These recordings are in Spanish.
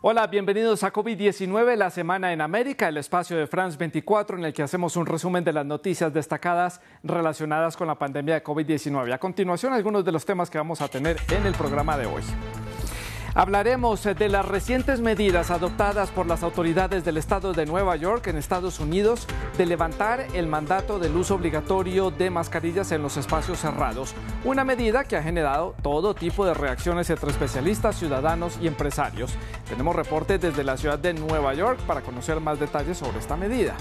Hola, bienvenidos a COVID-19, la semana en América, el espacio de France 24 en el que hacemos un resumen de las noticias destacadas relacionadas con la pandemia de COVID-19. A continuación, algunos de los temas que vamos a tener en el programa de hoy. Hablaremos de las recientes medidas adoptadas por las autoridades del estado de Nueva York en Estados Unidos de levantar el mandato del uso obligatorio de mascarillas en los espacios cerrados, una medida que ha generado todo tipo de reacciones entre especialistas, ciudadanos y empresarios. Tenemos reportes desde la ciudad de Nueva York para conocer más detalles sobre esta medida.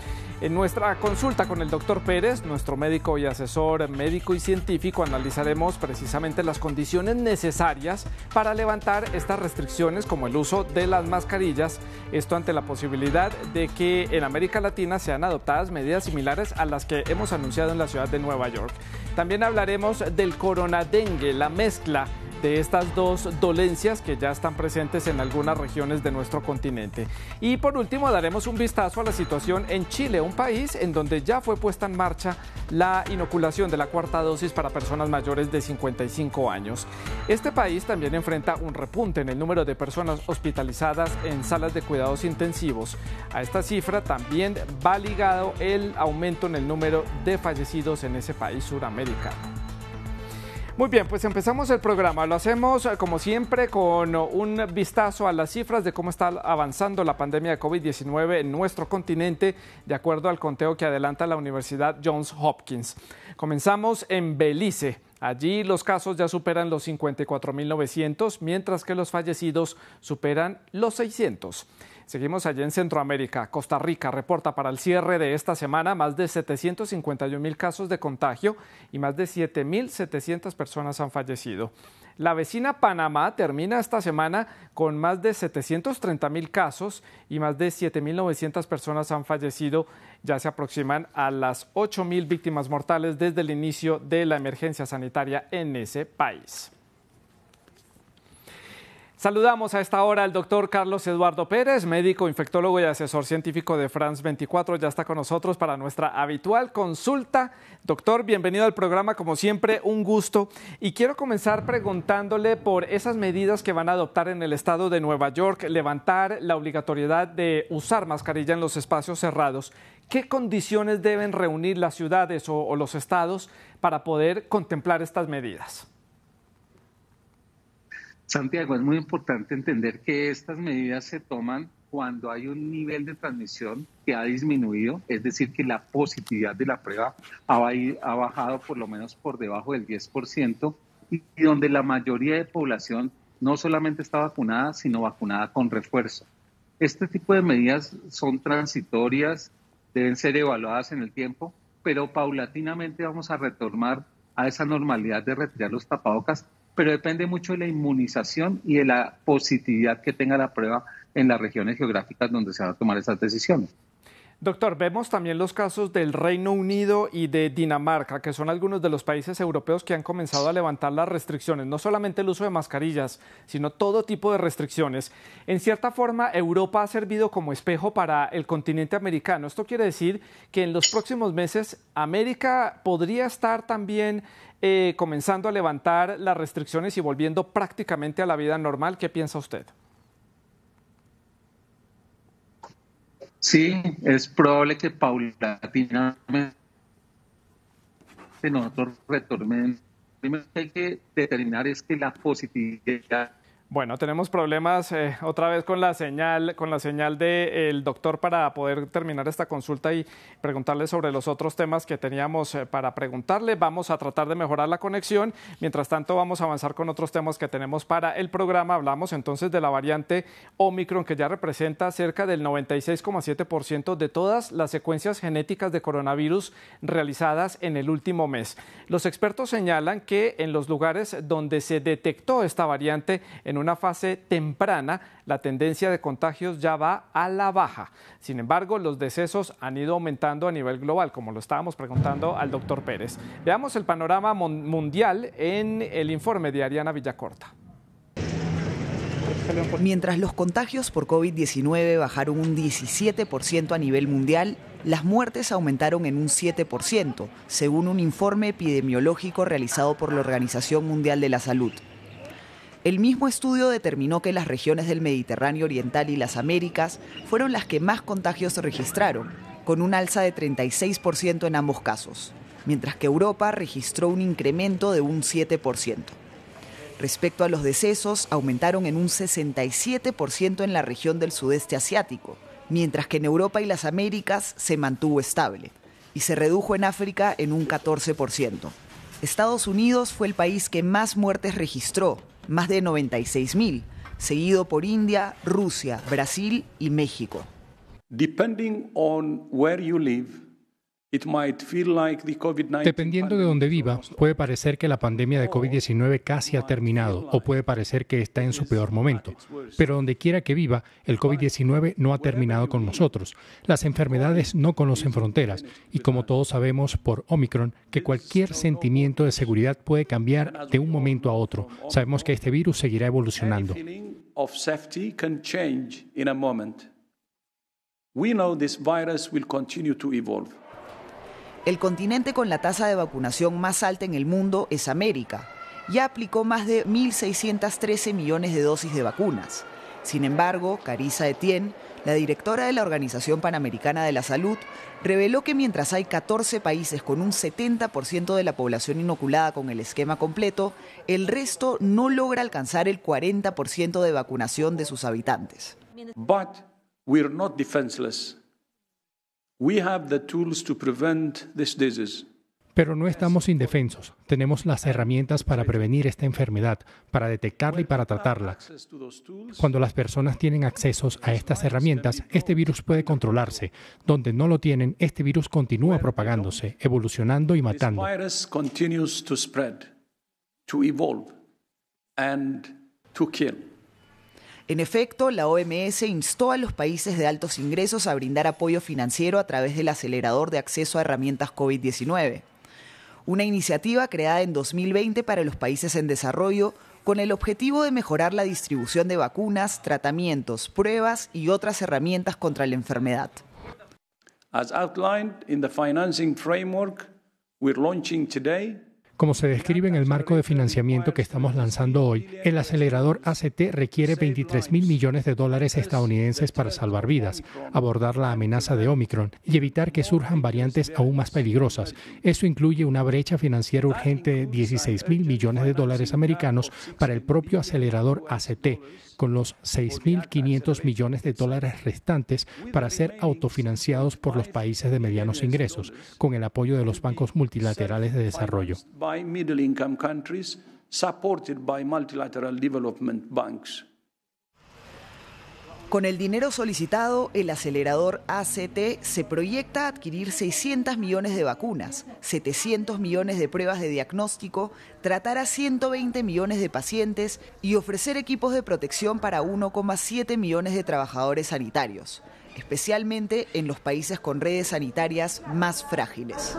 En nuestra consulta con el doctor Pérez, nuestro médico y asesor médico y científico, analizaremos precisamente las condiciones necesarias para levantar estas restricciones como el uso de las mascarillas, esto ante la posibilidad de que en América Latina sean adoptadas medidas similares a las que hemos anunciado en la ciudad de Nueva York. También hablaremos del coronadengue, la mezcla de estas dos dolencias que ya están presentes en algunas regiones de nuestro continente. Y por último daremos un vistazo a la situación en Chile, un país en donde ya fue puesta en marcha la inoculación de la cuarta dosis para personas mayores de 55 años. Este país también enfrenta un repunte en el número de personas hospitalizadas en salas de cuidados intensivos. A esta cifra también va ligado el aumento en el número de fallecidos en ese país suramericano. Muy bien, pues empezamos el programa. Lo hacemos, como siempre, con un vistazo a las cifras de cómo está avanzando la pandemia de COVID-19 en nuestro continente, de acuerdo al conteo que adelanta la Universidad Johns Hopkins. Comenzamos en Belice. Allí los casos ya superan los 54.900, mientras que los fallecidos superan los 600. Seguimos allí en Centroamérica. Costa Rica reporta para el cierre de esta semana más de 751.000 casos de contagio y más de 7.700 personas han fallecido. La vecina Panamá termina esta semana con más de 730.000 casos y más de 7.900 personas han fallecido. Ya se aproximan a las 8.000 víctimas mortales desde el inicio de la emergencia sanitaria en ese país. Saludamos a esta hora al doctor Carlos Eduardo Pérez, médico, infectólogo y asesor científico de France 24. Ya está con nosotros para nuestra habitual consulta. Doctor, bienvenido al programa, como siempre, un gusto. Y quiero comenzar preguntándole por esas medidas que van a adoptar en el estado de Nueva York, levantar la obligatoriedad de usar mascarilla en los espacios cerrados. ¿Qué condiciones deben reunir las ciudades o los estados para poder contemplar estas medidas? Santiago, es muy importante entender que estas medidas se toman cuando hay un nivel de transmisión que ha disminuido, es decir, que la positividad de la prueba ha bajado por lo menos por debajo del 10% y donde la mayoría de población no solamente está vacunada, sino vacunada con refuerzo. Este tipo de medidas son transitorias, deben ser evaluadas en el tiempo, pero paulatinamente vamos a retomar a esa normalidad de retirar los tapabocas, pero depende mucho de la inmunización y de la positividad que tenga la prueba en las regiones geográficas donde se van a tomar esas decisiones. Doctor, vemos también los casos del Reino Unido y de Dinamarca, que son algunos de los países europeos que han comenzado a levantar las restricciones, no solamente el uso de mascarillas, sino todo tipo de restricciones. En cierta forma, Europa ha servido como espejo para el continente americano. Esto quiere decir que en los próximos meses América podría estar también comenzando a levantar las restricciones y volviendo prácticamente a la vida normal. ¿Qué piensa usted? Sí, es probable que paulatinamente nosotros retornemos. Primero que hay que determinar es que la positividad. Bueno, tenemos problemas otra vez con la señal del doctor para poder terminar esta consulta y preguntarle sobre los otros temas que teníamos para preguntarle. Vamos a tratar de mejorar la conexión. Mientras tanto, vamos a avanzar con otros temas que tenemos para el programa. Hablamos entonces de la variante Omicron, que ya representa cerca del 96,7% de todas las secuencias genéticas de coronavirus realizadas en el último mes. Los expertos señalan que en los lugares donde se detectó esta variante en una fase temprana, la tendencia de contagios ya va a la baja. Sin embargo, los decesos han ido aumentando a nivel global, como lo estábamos preguntando al doctor Pérez. Veamos el panorama mundial en el informe de Ariana Villacorta. Mientras los contagios por COVID-19 bajaron un 17% a nivel mundial, las muertes aumentaron en un 7%, según un informe epidemiológico realizado por la Organización Mundial de la Salud. El mismo estudio determinó que las regiones del Mediterráneo Oriental y las Américas fueron las que más contagios se registraron, con un alza de 36% en ambos casos, mientras que Europa registró un incremento de un 7%. Respecto a los decesos, aumentaron en un 67% en la región del sudeste asiático, mientras que en Europa y las Américas se mantuvo estable, y se redujo en África en un 14%. Estados Unidos fue el país que más muertes registró, más de 96.000, seguido por India, Rusia, Brasil y México. Dependiendo de dónde viva, puede parecer que la pandemia de COVID-19 casi ha terminado o puede parecer que está en su peor momento. Pero donde quiera que viva, el COVID-19 no ha terminado con nosotros. Las enfermedades no conocen fronteras y como todos sabemos por Omicron, que cualquier sentimiento de seguridad puede cambiar de un momento a otro. Sabemos que este virus seguirá evolucionando. We know this virus will continue to evolve. El continente con la tasa de vacunación más alta en el mundo es América. Ya aplicó más de 1.613 millones de dosis de vacunas. Sin embargo, Carissa Etienne, la directora de la Organización Panamericana de la Salud, reveló que mientras hay 14 países con un 70% de la población inoculada con el esquema completo, el resto no logra alcanzar el 40% de vacunación de sus habitantes. We're not defenseless. We have the tools to prevent this disease. Pero no estamos indefensos. Tenemos las herramientas para prevenir esta enfermedad, para detectarla y para tratarla. Cuando las personas tienen acceso a estas herramientas, este virus puede controlarse. Donde no lo tienen, este virus continúa propagándose, evolucionando y matando. This virus continues to spread, to evolve and to kill. En efecto, la OMS instó a los países de altos ingresos a brindar apoyo financiero a través del acelerador de acceso a herramientas COVID-19, una iniciativa creada en 2020 para los países en desarrollo con el objetivo de mejorar la distribución de vacunas, tratamientos, pruebas y otras herramientas contra la enfermedad. As outlined in the financing framework we're launching today, como se describe en el marco de financiamiento que estamos lanzando hoy, el acelerador ACT requiere $23.000 millones estadounidenses para salvar vidas, abordar la amenaza de Omicron y evitar que surjan variantes aún más peligrosas. Eso incluye una brecha financiera urgente de $16.000 millones americanos para el propio acelerador ACT, con los $6.500 millones restantes para ser autofinanciados por los países de medianos ingresos, con el apoyo de los bancos multilaterales de desarrollo. Con el dinero solicitado, el acelerador ACT se proyecta adquirir 600 millones de vacunas, 700 millones de pruebas de diagnóstico, tratar a 120 millones de pacientes y ofrecer equipos de protección para 1,7 millones de trabajadores sanitarios, especialmente en los países con redes sanitarias más frágiles.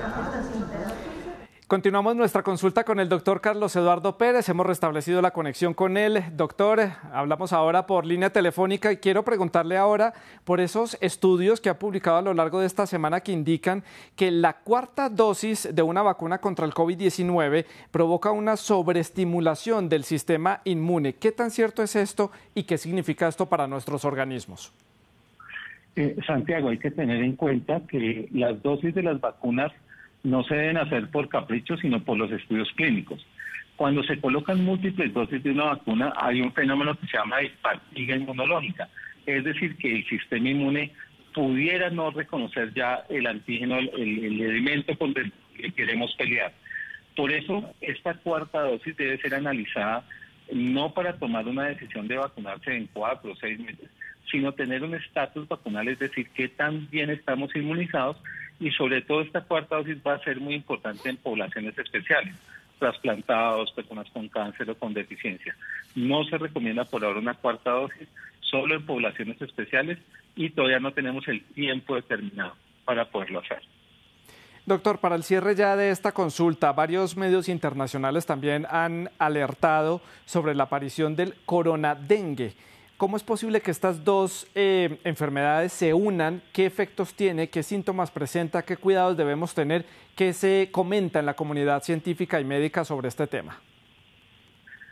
Continuamos nuestra consulta con el doctor Carlos Eduardo Pérez. Hemos restablecido la conexión con él. Doctor, hablamos ahora por línea telefónica y quiero preguntarle ahora por esos estudios que ha publicado a lo largo de esta semana que indican que la cuarta dosis de una vacuna contra el COVID-19 provoca una sobreestimulación del sistema inmune. ¿Qué tan cierto es esto y qué significa esto para nuestros organismos? Santiago, hay que tener en cuenta que las dosis de las vacunas no se deben hacer por capricho, sino por los estudios clínicos. Cuando se colocan múltiples dosis de una vacuna, hay un fenómeno que se llama fatiga inmunológica. Es decir, que el sistema inmune pudiera no reconocer ya el antígeno, el elemento con el que queremos pelear. Por eso, esta cuarta dosis debe ser analizada no para tomar una decisión de vacunarse en 4 o 6 meses, sino tener un estatus vacunal, es decir, qué tan bien estamos inmunizados. Y sobre todo esta cuarta dosis va a ser muy importante en poblaciones especiales, trasplantados, personas con cáncer o con deficiencia. No se recomienda por ahora una cuarta dosis, solo en poblaciones especiales y todavía no tenemos el tiempo determinado para poderlo hacer. Doctor, para el cierre ya de esta consulta, varios medios internacionales también han alertado sobre la aparición del coronadengue. ¿Cómo es posible que estas dos enfermedades se unan? ¿Qué efectos tiene? ¿Qué síntomas presenta? ¿Qué cuidados debemos tener? ¿Qué se comenta en la comunidad científica y médica sobre este tema?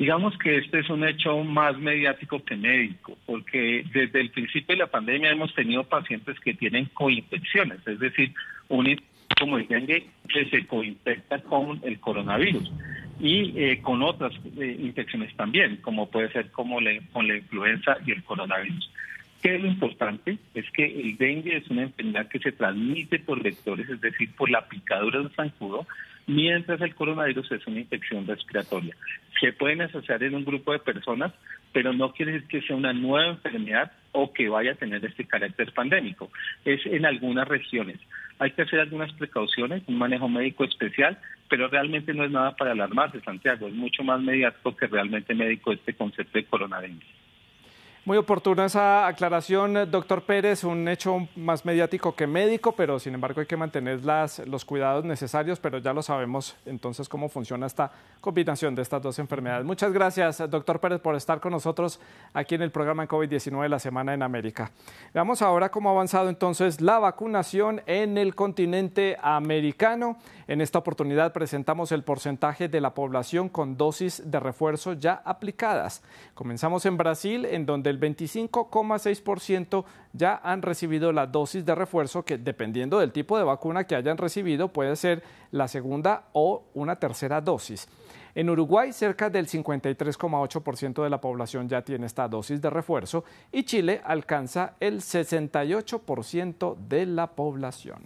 Digamos que este es un hecho más mediático que médico, porque desde el principio de la pandemia hemos tenido pacientes que tienen coinfecciones, es decir, como el dengue que se coinfecta con el coronavirus y con otras infecciones también, como puede ser con la influenza y el coronavirus. ¿Qué es lo importante? Es que el dengue es una enfermedad que se transmite por vectores, es decir, por la picadura de un zancudo, mientras el coronavirus es una infección respiratoria. Se pueden asociar en un grupo de personas, pero no quiere decir que sea una nueva enfermedad o que vaya a tener este carácter pandémico. Es en algunas regiones. Hay que hacer algunas precauciones, un manejo médico especial, pero realmente no es nada para alarmarse, Santiago. Es mucho más mediático que realmente médico este concepto de coronavirus. Muy oportuna esa aclaración, doctor Pérez, un hecho más mediático que médico, pero sin embargo hay que mantener los cuidados necesarios, pero ya lo sabemos entonces cómo funciona esta combinación de estas dos enfermedades. Muchas gracias, doctor Pérez, por estar con nosotros aquí en el programa COVID-19 de la Semana en América. Veamos ahora cómo ha avanzado entonces la vacunación en el continente americano. En esta oportunidad presentamos el porcentaje de la población con dosis de refuerzo ya aplicadas. Comenzamos en Brasil, en donde el 25,6% ya han recibido la dosis de refuerzo, que dependiendo del tipo de vacuna que hayan recibido puede ser la segunda o una tercera dosis. En Uruguay, cerca del 53,8% de la población ya tiene esta dosis de refuerzo y Chile alcanza el 68% de la población.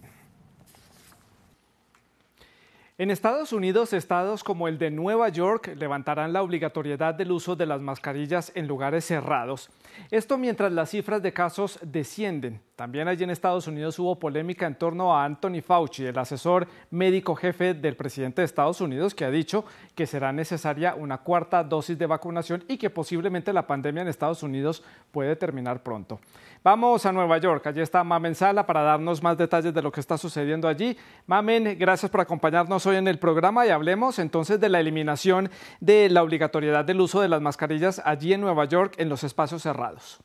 En Estados Unidos, estados como el de Nueva York levantarán la obligatoriedad del uso de las mascarillas en lugares cerrados. Esto mientras las cifras de casos descienden. También allí en Estados Unidos hubo polémica en torno a Anthony Fauci, el asesor médico jefe del presidente de Estados Unidos, que ha dicho que será necesaria una cuarta dosis de vacunación y que posiblemente la pandemia en Estados Unidos puede terminar pronto. Vamos a Nueva York. Allí está Mamen Sala para darnos más detalles de lo que está sucediendo allí. Mamen, gracias por acompañarnos hoy en el programa y hablemos entonces de la eliminación de la obligatoriedad del uso de las mascarillas allí en Nueva York en los espacios cerrados.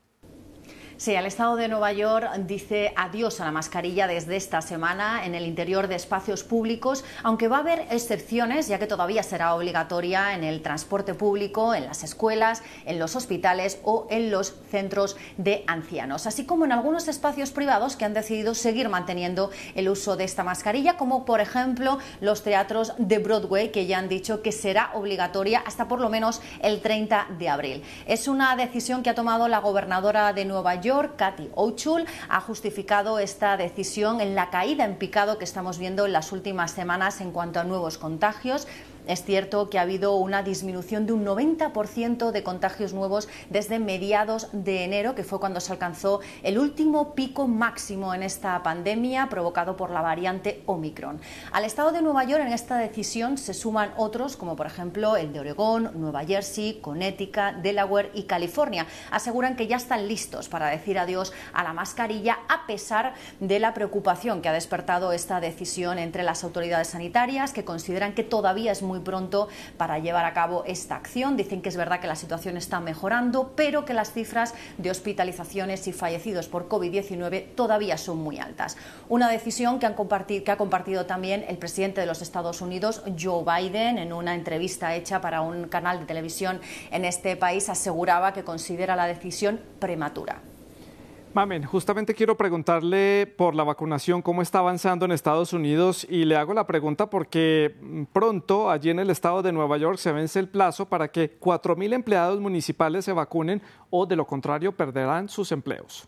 Sí, el Estado de Nueva York dice adiós a la mascarilla desde esta semana en el interior de espacios públicos, aunque va a haber excepciones, ya que todavía será obligatoria en el transporte público, en las escuelas, en los hospitales o en los centros de ancianos, así como en algunos espacios privados que han decidido seguir manteniendo el uso de esta mascarilla, como por ejemplo los teatros de Broadway, que ya han dicho que será obligatoria hasta por lo menos el 30 de abril. Es una decisión que ha tomado la gobernadora de Nueva York, Kathy Hochul, ha justificado esta decisión en la caída en picado que estamos viendo en las últimas semanas en cuanto a nuevos contagios. Es cierto que ha habido una disminución de un 90% de contagios nuevos desde mediados de enero, que fue cuando se alcanzó el último pico máximo en esta pandemia provocado por la variante Omicron. Al estado de Nueva York en esta decisión se suman otros, como por ejemplo el de Oregón, Nueva Jersey, Connecticut, Delaware y California. Aseguran que ya están listos para decir adiós a la mascarilla, a pesar de la preocupación que ha despertado esta decisión entre las autoridades sanitarias, que consideran que todavía es muy pronto para llevar a cabo esta acción. Dicen que es verdad que la situación está mejorando, pero que las cifras de hospitalizaciones y fallecidos por COVID-19 todavía son muy altas. Una decisión que ha compartido también el presidente de los Estados Unidos, Joe Biden, en una entrevista hecha para un canal de televisión en este país, aseguraba que considera la decisión prematura. Mamen, justamente quiero preguntarle por la vacunación, cómo está avanzando en Estados Unidos, y le hago la pregunta porque pronto allí en el estado de Nueva York se vence el plazo para que 4,000 empleados municipales se vacunen o de lo contrario perderán sus empleos.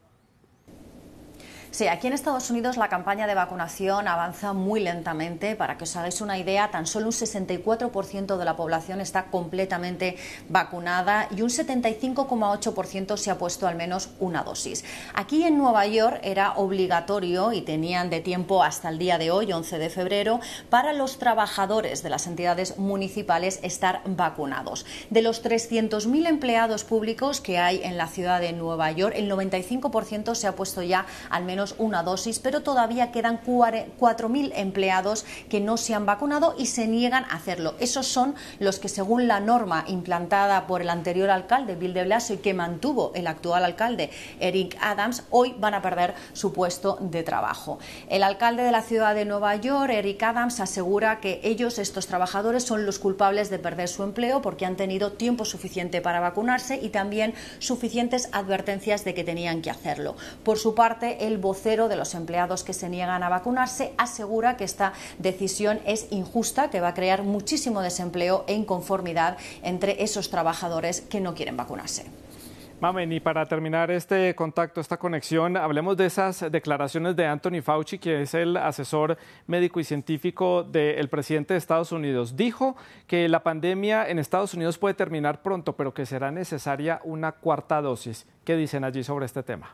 Sí, aquí en Estados Unidos la campaña de vacunación avanza muy lentamente. Para que os hagáis una idea, tan solo un 64% de la población está completamente vacunada y un 75,8% se ha puesto al menos una dosis. Aquí en Nueva York era obligatorio y tenían de tiempo hasta el día de hoy, 11 de febrero, para los trabajadores de las entidades municipales estar vacunados. De los 300.000 empleados públicos que hay en la ciudad de Nueva York, el 95% se ha puesto ya al menos menos una dosis, pero todavía quedan 4.000 empleados que no se han vacunado y se niegan a hacerlo. Esos son los que, según la norma implantada por el anterior alcalde, Bill de Blasio, y que mantuvo el actual alcalde, Eric Adams, hoy van a perder su puesto de trabajo. El alcalde de la ciudad de Nueva York, Eric Adams, asegura que estos trabajadores, son los culpables de perder su empleo porque han tenido tiempo suficiente para vacunarse y también suficientes advertencias de que tenían que hacerlo. Por su parte, el vocero de los empleados que se niegan a vacunarse asegura que esta decisión es injusta, que va a crear muchísimo desempleo e inconformidad entre esos trabajadores que no quieren vacunarse. Mamen, y para terminar este contacto, esta conexión, hablemos de esas declaraciones de Anthony Fauci, que es el asesor médico y científico del presidente de Estados Unidos. Dijo que la pandemia en Estados Unidos puede terminar pronto, pero que será necesaria una cuarta dosis. ¿Qué dicen allí sobre este tema?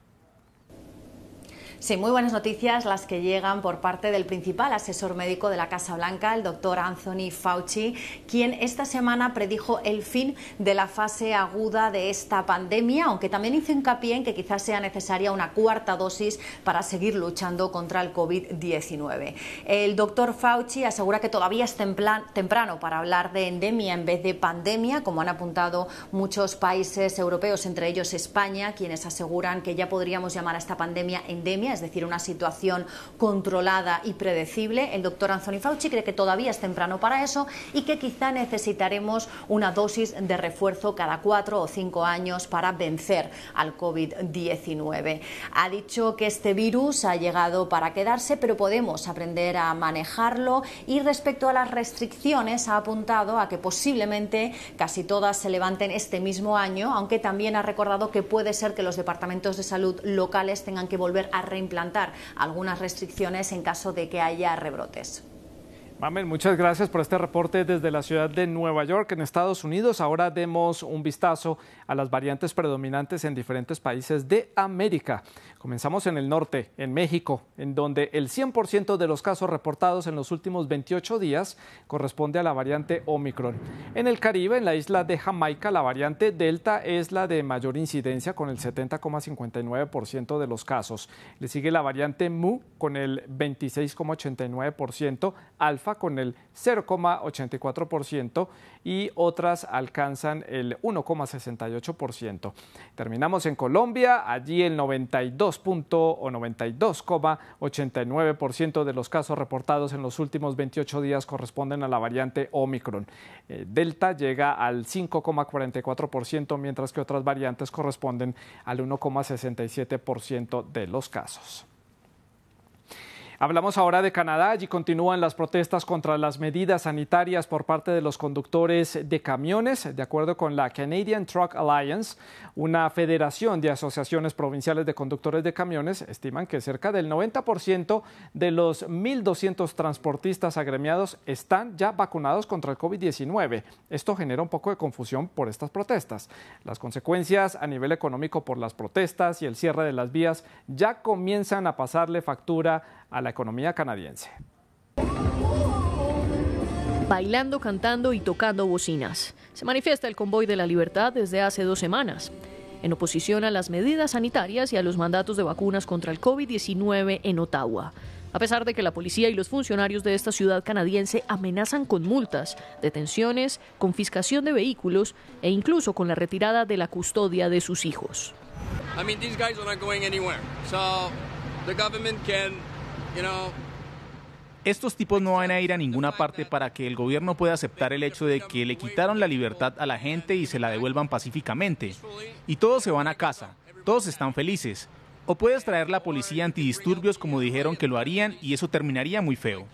Sí, muy buenas noticias las que llegan por parte del principal asesor médico de la Casa Blanca, el doctor Anthony Fauci, quien esta semana predijo el fin de la fase aguda de esta pandemia, aunque también hizo hincapié en que quizás sea necesaria una cuarta dosis para seguir luchando contra el COVID-19. El doctor Fauci asegura que todavía es temprano para hablar de endemia en vez de pandemia, como han apuntado muchos países europeos, entre ellos España, quienes aseguran que ya podríamos llamar a esta pandemia endemia, es decir, una situación controlada y predecible. El doctor Anthony Fauci cree que todavía es temprano para eso y que quizá necesitaremos una dosis de refuerzo cada 4 o 5 años para vencer al COVID-19. Ha dicho que este virus ha llegado para quedarse, pero podemos aprender a manejarlo, y respecto a las restricciones ha apuntado a que posiblemente casi todas se levanten este mismo año, aunque también ha recordado que puede ser que los departamentos de salud locales tengan que volver a reimplantar algunas restricciones en caso de que haya rebrotes. Mamen, muchas gracias por este reporte desde la ciudad de Nueva York, en Estados Unidos. Ahora demos un vistazo a las variantes predominantes en diferentes países de América. Comenzamos en el norte, en México, en donde el 100% de los casos reportados en los últimos 28 días corresponde a la variante Omicron. En el Caribe, en la isla de Jamaica, la variante Delta es la de mayor incidencia, con el 70,59% de los casos. Le sigue la variante Mu con el 26,89%, Alfa con el 0,84% y otras alcanzan el 1,68%. Terminamos en Colombia, allí el 92,89% de los casos reportados en los últimos 28 días corresponden a la variante Omicron. Delta llega al 5,44%, mientras que otras variantes corresponden al 1,67% de los casos. Hablamos ahora de Canadá. Allí continúan las protestas contra las medidas sanitarias por parte de los conductores de camiones. De acuerdo con la Canadian Truck Alliance, una federación de asociaciones provinciales de conductores de camiones, estiman que cerca del 90% de los 1.200 transportistas agremiados están ya vacunados contra el COVID-19. Esto genera un poco de confusión por estas protestas. Las consecuencias a nivel económico por las protestas y el cierre de las vías ya comienzan a pasarle factura a la economía canadiense. Bailando, cantando y tocando bocinas. Se manifiesta el Convoy de la Libertad desde hace 2 semanas, en oposición a las medidas sanitarias y a los mandatos de vacunas contra el COVID-19 en Ottawa. A pesar de que la policía y los funcionarios de esta ciudad canadiense amenazan con multas, detenciones, confiscación de vehículos e incluso con la retirada de la custodia de sus hijos. Estos tipos no van a ir a ninguna parte para que el gobierno pueda aceptar el hecho de que le quitaron la libertad a la gente y se la devuelvan pacíficamente. Y todos se van a casa, todos están felices. O puedes traer la policía antidisturbios como dijeron que lo harían y eso terminaría muy feo.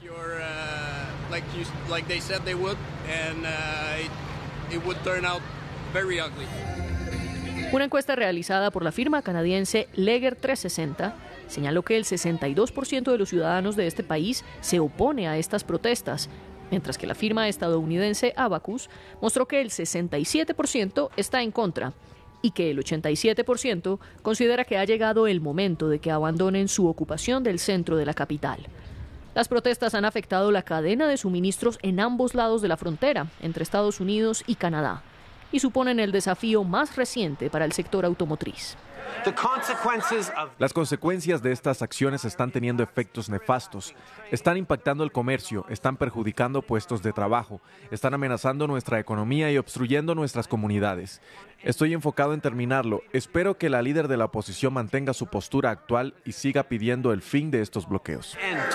Una encuesta realizada por la firma canadiense Leger 360 señaló que el 62% de los ciudadanos de este país se opone a estas protestas, mientras que la firma estadounidense Abacus mostró que el 67% está en contra y que el 87% considera que ha llegado el momento de que abandonen su ocupación del centro de la capital. Las protestas han afectado la cadena de suministros en ambos lados de la frontera, entre Estados Unidos y Canadá, y suponen el desafío más reciente para el sector automotriz. Las consecuencias de estas acciones están teniendo efectos nefastos. Están impactando el comercio, están perjudicando puestos de trabajo, están amenazando nuestra economía y obstruyendo nuestras comunidades. Estoy enfocado en terminarlo. Espero que la líder de la oposición mantenga su postura actual y siga pidiendo el fin de estos bloqueos.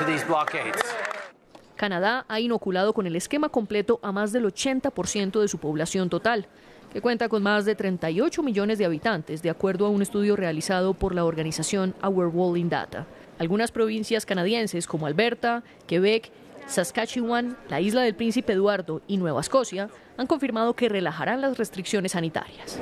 Canadá ha inoculado con el esquema completo a más del 80% de su población total, que cuenta con más de 38 millones de habitantes, de acuerdo a un estudio realizado por la organización Our World in Data. Algunas provincias canadienses, como Alberta, Quebec, Saskatchewan, la isla del Príncipe Eduardo y Nueva Escocia, han confirmado que relajarán las restricciones sanitarias.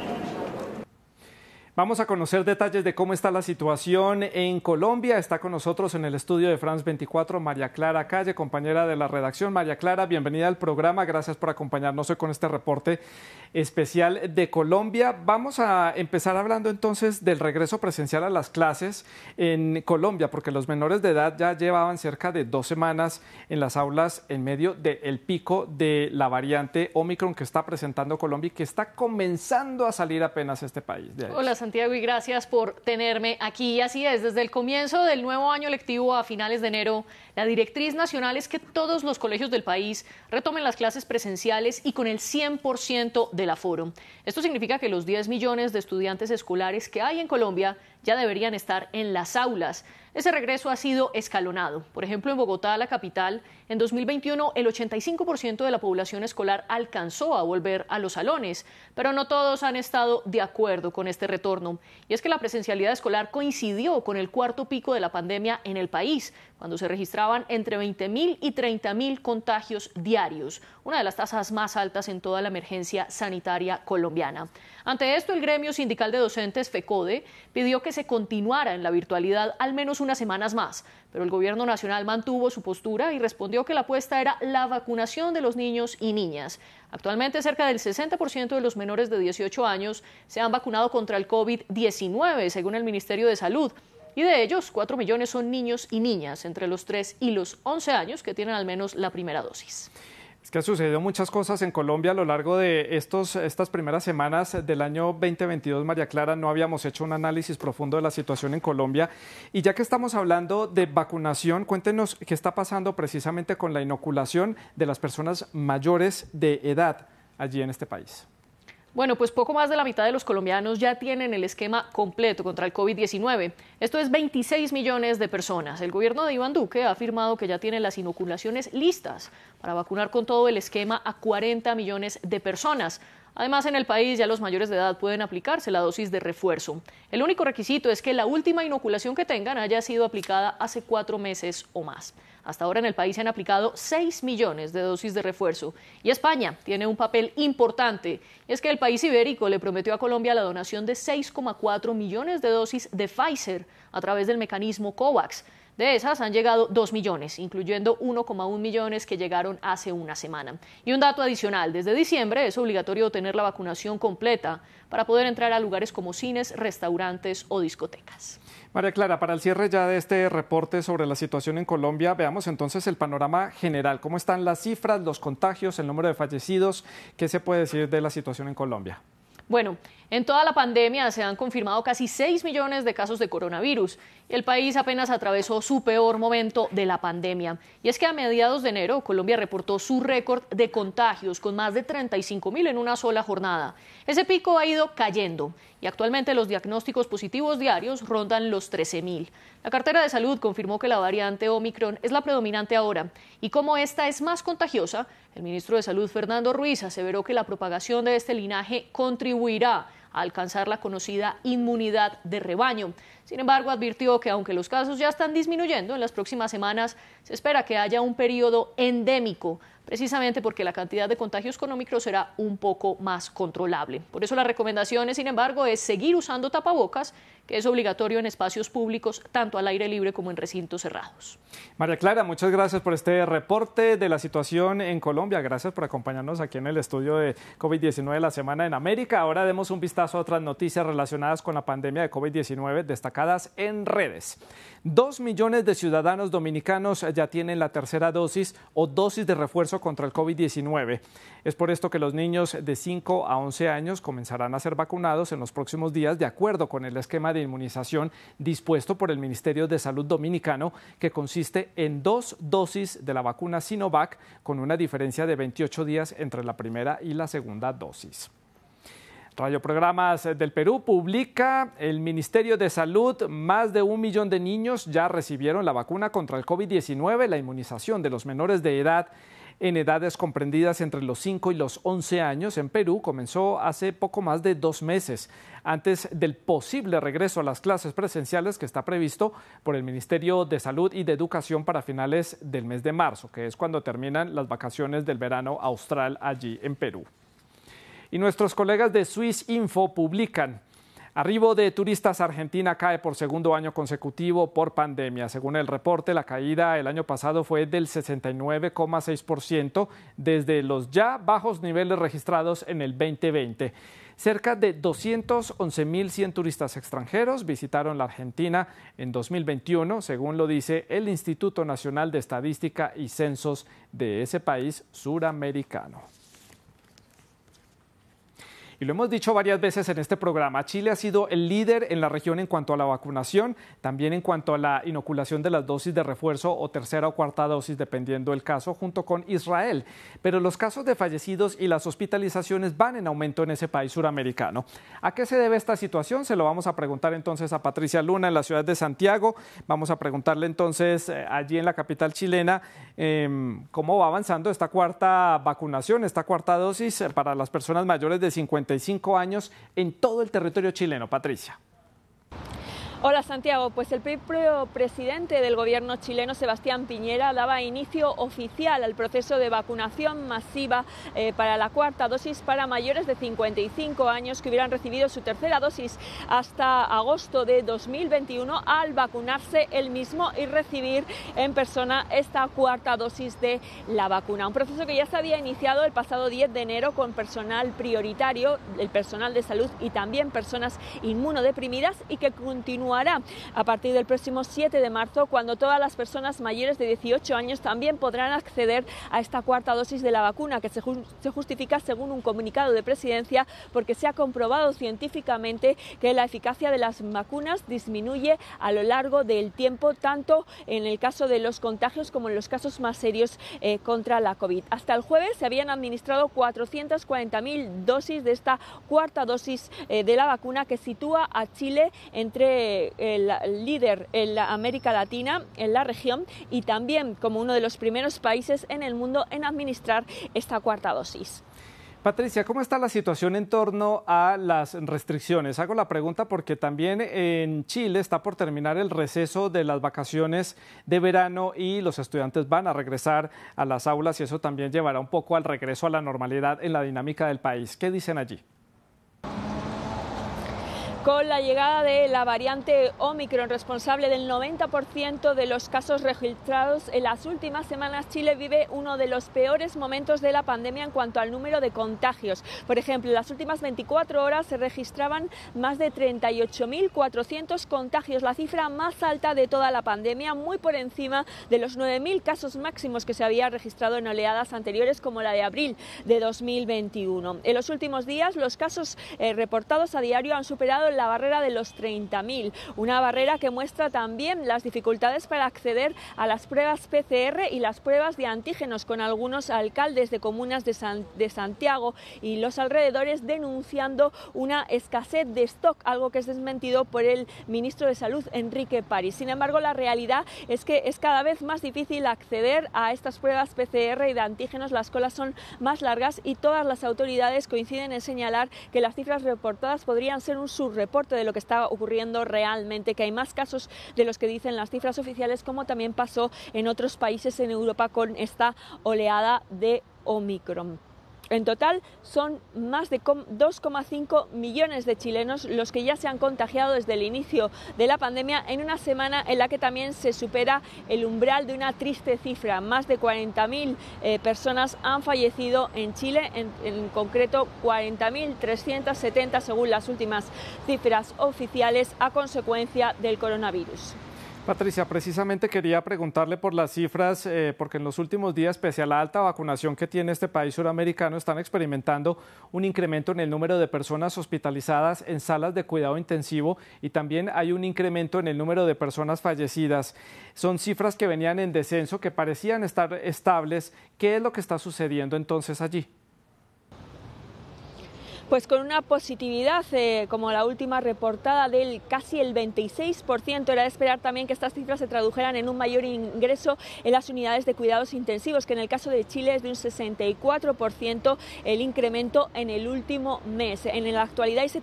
Vamos a conocer detalles de cómo está la situación en Colombia. Está con nosotros en el estudio de France 24 María Clara Calle, compañera de la redacción. María Clara, bienvenida al programa. Gracias por acompañarnos hoy con este reporte especial de Colombia. Vamos a empezar hablando entonces del regreso presencial a las clases en Colombia, porque los menores de edad ya llevaban cerca de 2 semanas en las aulas en medio del pico de la variante Omicron que está presentando Colombia y que está comenzando a salir apenas a este país. Hola, Santiago, y gracias por tenerme aquí. Así es, desde el comienzo del nuevo año lectivo a finales de enero, la directriz nacional es que todos los colegios del país retomen las clases presenciales y con el 100% del aforo. Esto significa que los 10 millones de estudiantes escolares que hay en Colombia ya deberían estar en las aulas. Ese regreso ha sido escalonado. Por ejemplo, en Bogotá, la capital, en 2021 el 85% de la población escolar alcanzó a volver a los salones, pero no todos han estado de acuerdo con este retorno. Y es que la presencialidad escolar coincidió con el cuarto pico de la pandemia en el país, cuando se registraban entre 20.000 y 30.000 contagios diarios, una de las tasas más altas en toda la emergencia sanitaria colombiana. Ante esto, el gremio sindical de docentes FECODE pidió que se continuara en la virtualidad al menos unas semanas más, pero el gobierno nacional mantuvo su postura y respondió que la apuesta era la vacunación de los niños y niñas. Actualmente, cerca del 60% de los menores de 18 años se han vacunado contra el COVID-19, según el Ministerio de Salud. Y de ellos, 4 millones son niños y niñas entre los 3 y los 11 años que tienen al menos la primera dosis. Es que ha sucedido muchas cosas en Colombia a lo largo de estas primeras semanas del año 2022, María Clara. No habíamos hecho un análisis profundo de la situación en Colombia. Y ya que estamos hablando de vacunación, cuéntenos qué está pasando precisamente con la inoculación de las personas mayores de edad allí en este país. Bueno, pues poco más de la mitad de los colombianos ya tienen el esquema completo contra el COVID-19. Esto es 26 millones de personas. El gobierno de Iván Duque ha afirmado que ya tiene las inoculaciones listas para vacunar con todo el esquema a 40 millones de personas. Además, en el país ya los mayores de edad pueden aplicarse la dosis de refuerzo. El único requisito es que la última inoculación que tengan haya sido aplicada hace 4 meses o más. Hasta ahora en el país se han aplicado 6 millones de dosis de refuerzo. Y España tiene un papel importante. Y es que el país ibérico le prometió a Colombia la donación de 6,4 millones de dosis de Pfizer a través del mecanismo COVAX. De esas han llegado 2 millones, incluyendo 1,1 millones que llegaron hace una semana. Y un dato adicional, desde diciembre es obligatorio tener la vacunación completa para poder entrar a lugares como cines, restaurantes o discotecas. María Clara, para el cierre ya de este reporte sobre la situación en Colombia, veamos entonces el panorama general. ¿Cómo están las cifras, los contagios, el número de fallecidos? ¿Qué se puede decir de la situación en Colombia? Bueno, en toda la pandemia se han confirmado casi 6 millones de casos de coronavirus y el país apenas atravesó su peor momento de la pandemia. Y es que a mediados de enero Colombia reportó su récord de contagios con más de 35.000 en una sola jornada. Ese pico ha ido cayendo y actualmente los diagnósticos positivos diarios rondan los 13.000. La cartera de salud confirmó que la variante Omicron es la predominante ahora y como esta es más contagiosa, el ministro de Salud Fernando Ruiz aseveró que la propagación de este linaje contribuirá a alcanzar la conocida inmunidad de rebaño. Sin embargo, advirtió que aunque los casos ya están disminuyendo, en las próximas semanas se espera que haya un periodo endémico, precisamente porque la cantidad de contagios con Omicron será un poco más controlable. Por eso la recomendación, sin embargo, es seguir usando tapabocas, que es obligatorio en espacios públicos, tanto al aire libre como en recintos cerrados. María Clara, muchas gracias por este reporte de la situación en Colombia. Gracias por acompañarnos aquí en el estudio de COVID-19 de la Semana en América. Ahora demos un vistazo a otras noticias relacionadas con la pandemia de COVID-19 destacadas en redes. 2 millones de ciudadanos dominicanos ya tienen la tercera dosis o dosis de refuerzo refuerzo contra el COVID-19. Es por esto que los niños de 5 a 11 años comenzarán a ser vacunados en los próximos días de acuerdo con el esquema de inmunización dispuesto por el Ministerio de Salud dominicano, que consiste en 2 dosis de la vacuna Sinovac con una diferencia de 28 días entre la primera y la segunda dosis. Radioprogramas del Perú publica el Ministerio de Salud, más de 1 millón de niños ya recibieron la vacuna contra el COVID-19. La inmunización de los menores de edad en edades comprendidas entre los 5 y los 11 años en Perú comenzó hace poco más de 2 meses, antes del posible regreso a las clases presenciales que está previsto por el Ministerio de Salud y de Educación para finales del mes de marzo, que es cuando terminan las vacaciones del verano austral allí en Perú. Y nuestros colegas de Swiss Info publican: arribo de turistas a Argentina cae por segundo año consecutivo por pandemia. Según el reporte, la caída el año pasado fue del 69,6% desde los ya bajos niveles registrados en el 2020. Cerca de 211.100 turistas extranjeros visitaron la Argentina en 2021, según lo dice el Instituto Nacional de Estadística y Censos de ese país suramericano. Y lo hemos dicho varias veces en este programa, Chile ha sido el líder en la región en cuanto a la vacunación, también en cuanto a la inoculación de las dosis de refuerzo o tercera o cuarta dosis, dependiendo del caso, junto con Israel. Pero los casos de fallecidos y las hospitalizaciones van en aumento en ese país suramericano. ¿A qué se debe esta situación? Se lo vamos a preguntar entonces a Patricia Luna en la ciudad de Santiago. Vamos a preguntarle entonces allí en la capital chilena cómo va avanzando esta cuarta vacunación, esta cuarta dosis para las personas mayores de 55 años en todo el territorio chileno. Patricia. Hola Santiago, pues el propio presidente del gobierno chileno, Sebastián Piñera, daba inicio oficial al proceso de vacunación masiva para la cuarta dosis para mayores de 55 años que hubieran recibido su tercera dosis hasta agosto de 2021 al vacunarse él mismo y recibir en persona esta cuarta dosis de la vacuna. Un proceso que ya se había iniciado el pasado 10 de enero con personal prioritario, el personal de salud y también personas inmunodeprimidas y que continúa a partir del próximo 7 de marzo, cuando todas las personas mayores de 18 años también podrán acceder a esta cuarta dosis de la vacuna, que se justifica según un comunicado de Presidencia porque se ha comprobado científicamente que la eficacia de las vacunas disminuye a lo largo del tiempo, tanto en el caso de los contagios como en los casos más serios contra la COVID. Hasta el jueves se habían administrado 440.000 dosis de esta cuarta dosis de la vacuna, que sitúa a Chile entre el líder en la América Latina, en la región, y también como uno de los primeros países en el mundo en administrar esta cuarta dosis. Patricia, ¿cómo está la situación en torno a las restricciones? Hago la pregunta porque también en Chile está por terminar el receso de las vacaciones de verano y los estudiantes van a regresar a las aulas y eso también llevará un poco al regreso a la normalidad en la dinámica del país. ¿Qué dicen allí? Con la llegada de la variante Omicron, responsable del 90% de los casos registrados en las últimas semanas, Chile vive uno de los peores momentos de la pandemia en cuanto al número de contagios. Por ejemplo, en las últimas 24 horas se registraban más de 38.400 contagios, la cifra más alta de toda la pandemia, muy por encima de los 9.000 casos máximos que se había registrado en oleadas anteriores, como la de abril de 2021. En los últimos días, los casos reportados a diario han superado la barrera de los 30.000, una barrera que muestra también las dificultades para acceder a las pruebas PCR y las pruebas de antígenos, con algunos alcaldes de comunas de Santiago y los alrededores denunciando una escasez de stock, algo que es desmentido por el ministro de Salud, Enrique París. Sin embargo, la realidad es que es cada vez más difícil acceder a estas pruebas PCR y de antígenos, las colas son más largas y todas las autoridades coinciden en señalar que las cifras reportadas podrían ser un subreporte de lo que está ocurriendo realmente, que hay más casos de los que dicen las cifras oficiales, como también pasó en otros países en Europa con esta oleada de Omicron. En total son más de 2,5 millones de chilenos los que ya se han contagiado desde el inicio de la pandemia, en una semana en la que también se supera el umbral de una triste cifra. Más de 40.000 personas han fallecido en Chile, en concreto 40.370 según las últimas cifras oficiales, a consecuencia del coronavirus. Patricia, precisamente quería preguntarle por las cifras, porque en los últimos días, pese a la alta vacunación que tiene este país suramericano, están experimentando un incremento en el número de personas hospitalizadas en salas de cuidado intensivo y también hay un incremento en el número de personas fallecidas. Son cifras que venían en descenso, que parecían estar estables. ¿Qué es lo que está sucediendo entonces allí? Pues con una positividad como la última reportada del casi el 26%, era de esperar también que estas cifras se tradujeran en un mayor ingreso en las unidades de cuidados intensivos, que en el caso de Chile es de un 64% el incremento en el último mes. En la actualidad hay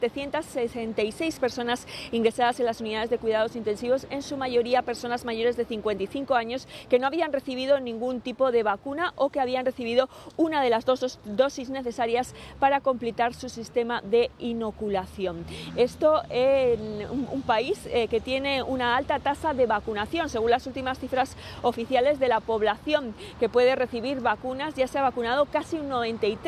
766 personas ingresadas en las unidades de cuidados intensivos, en su mayoría personas mayores de 55 años que no habían recibido ningún tipo de vacuna o que habían recibido una de las dos dosis necesarias para completar su sistema de inoculación. Esto en un país que tiene una alta tasa de vacunación. Según las últimas cifras oficiales de la población que puede recibir vacunas, ya se ha vacunado casi un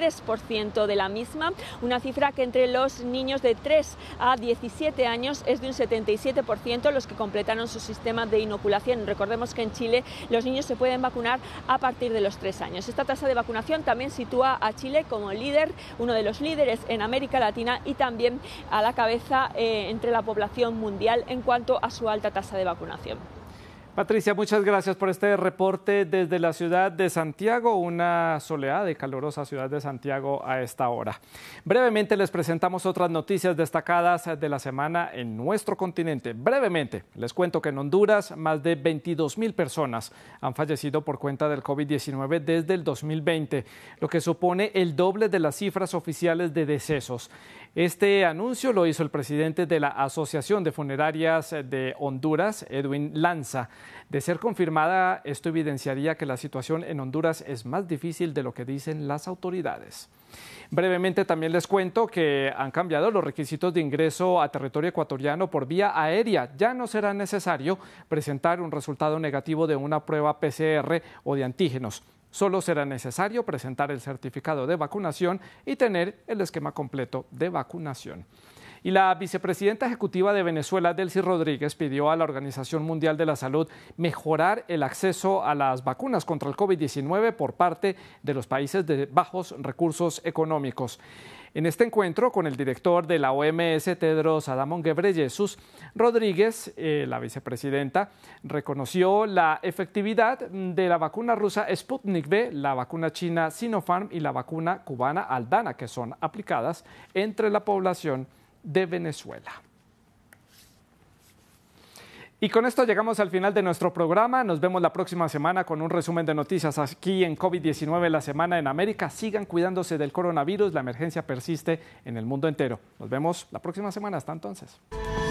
93% de la misma, una cifra que entre los niños de 3 a 17 años es de un 77% los que completaron su sistema de inoculación. Recordemos que en Chile los niños se pueden vacunar a partir de los 3 años. Esta tasa de vacunación también sitúa a Chile como líder, uno de los líderes en América Latina y también a la cabeza entre la población mundial en cuanto a su alta tasa de vacunación. Patricia, muchas gracias por este reporte desde la ciudad de Santiago, una soleada y calurosa ciudad de Santiago a esta hora. Brevemente les presentamos otras noticias destacadas de la semana en nuestro continente. Brevemente les cuento que en Honduras más de 22.000 personas han fallecido por cuenta del COVID-19 desde el 2020, lo que supone el doble de las cifras oficiales de decesos. Este anuncio lo hizo el presidente de la Asociación de Funerarias de Honduras, Edwin Lanza. De ser confirmada, esto evidenciaría que la situación en Honduras es más difícil de lo que dicen las autoridades. Brevemente también les cuento que han cambiado los requisitos de ingreso a territorio ecuatoriano por vía aérea. Ya no será necesario presentar un resultado negativo de una prueba PCR o de antígenos. Solo será necesario presentar el certificado de vacunación y tener el esquema completo de vacunación. Y la vicepresidenta ejecutiva de Venezuela, Delcy Rodríguez, pidió a la Organización Mundial de la Salud mejorar el acceso a las vacunas contra el COVID-19 por parte de los países de bajos recursos económicos. En este encuentro con el director de la OMS, Tedros Adhanom Ghebreyesus, Rodríguez, la vicepresidenta, reconoció la efectividad de la vacuna rusa Sputnik V, la vacuna china Sinopharm y la vacuna cubana Aldana, que son aplicadas entre la población de Venezuela. Y con esto llegamos al final de nuestro programa. Nos vemos la próxima semana con un resumen de noticias aquí en COVID-19, la semana en América. Sigan cuidándose del coronavirus, la emergencia persiste en el mundo entero. Nos vemos la próxima semana. Hasta entonces.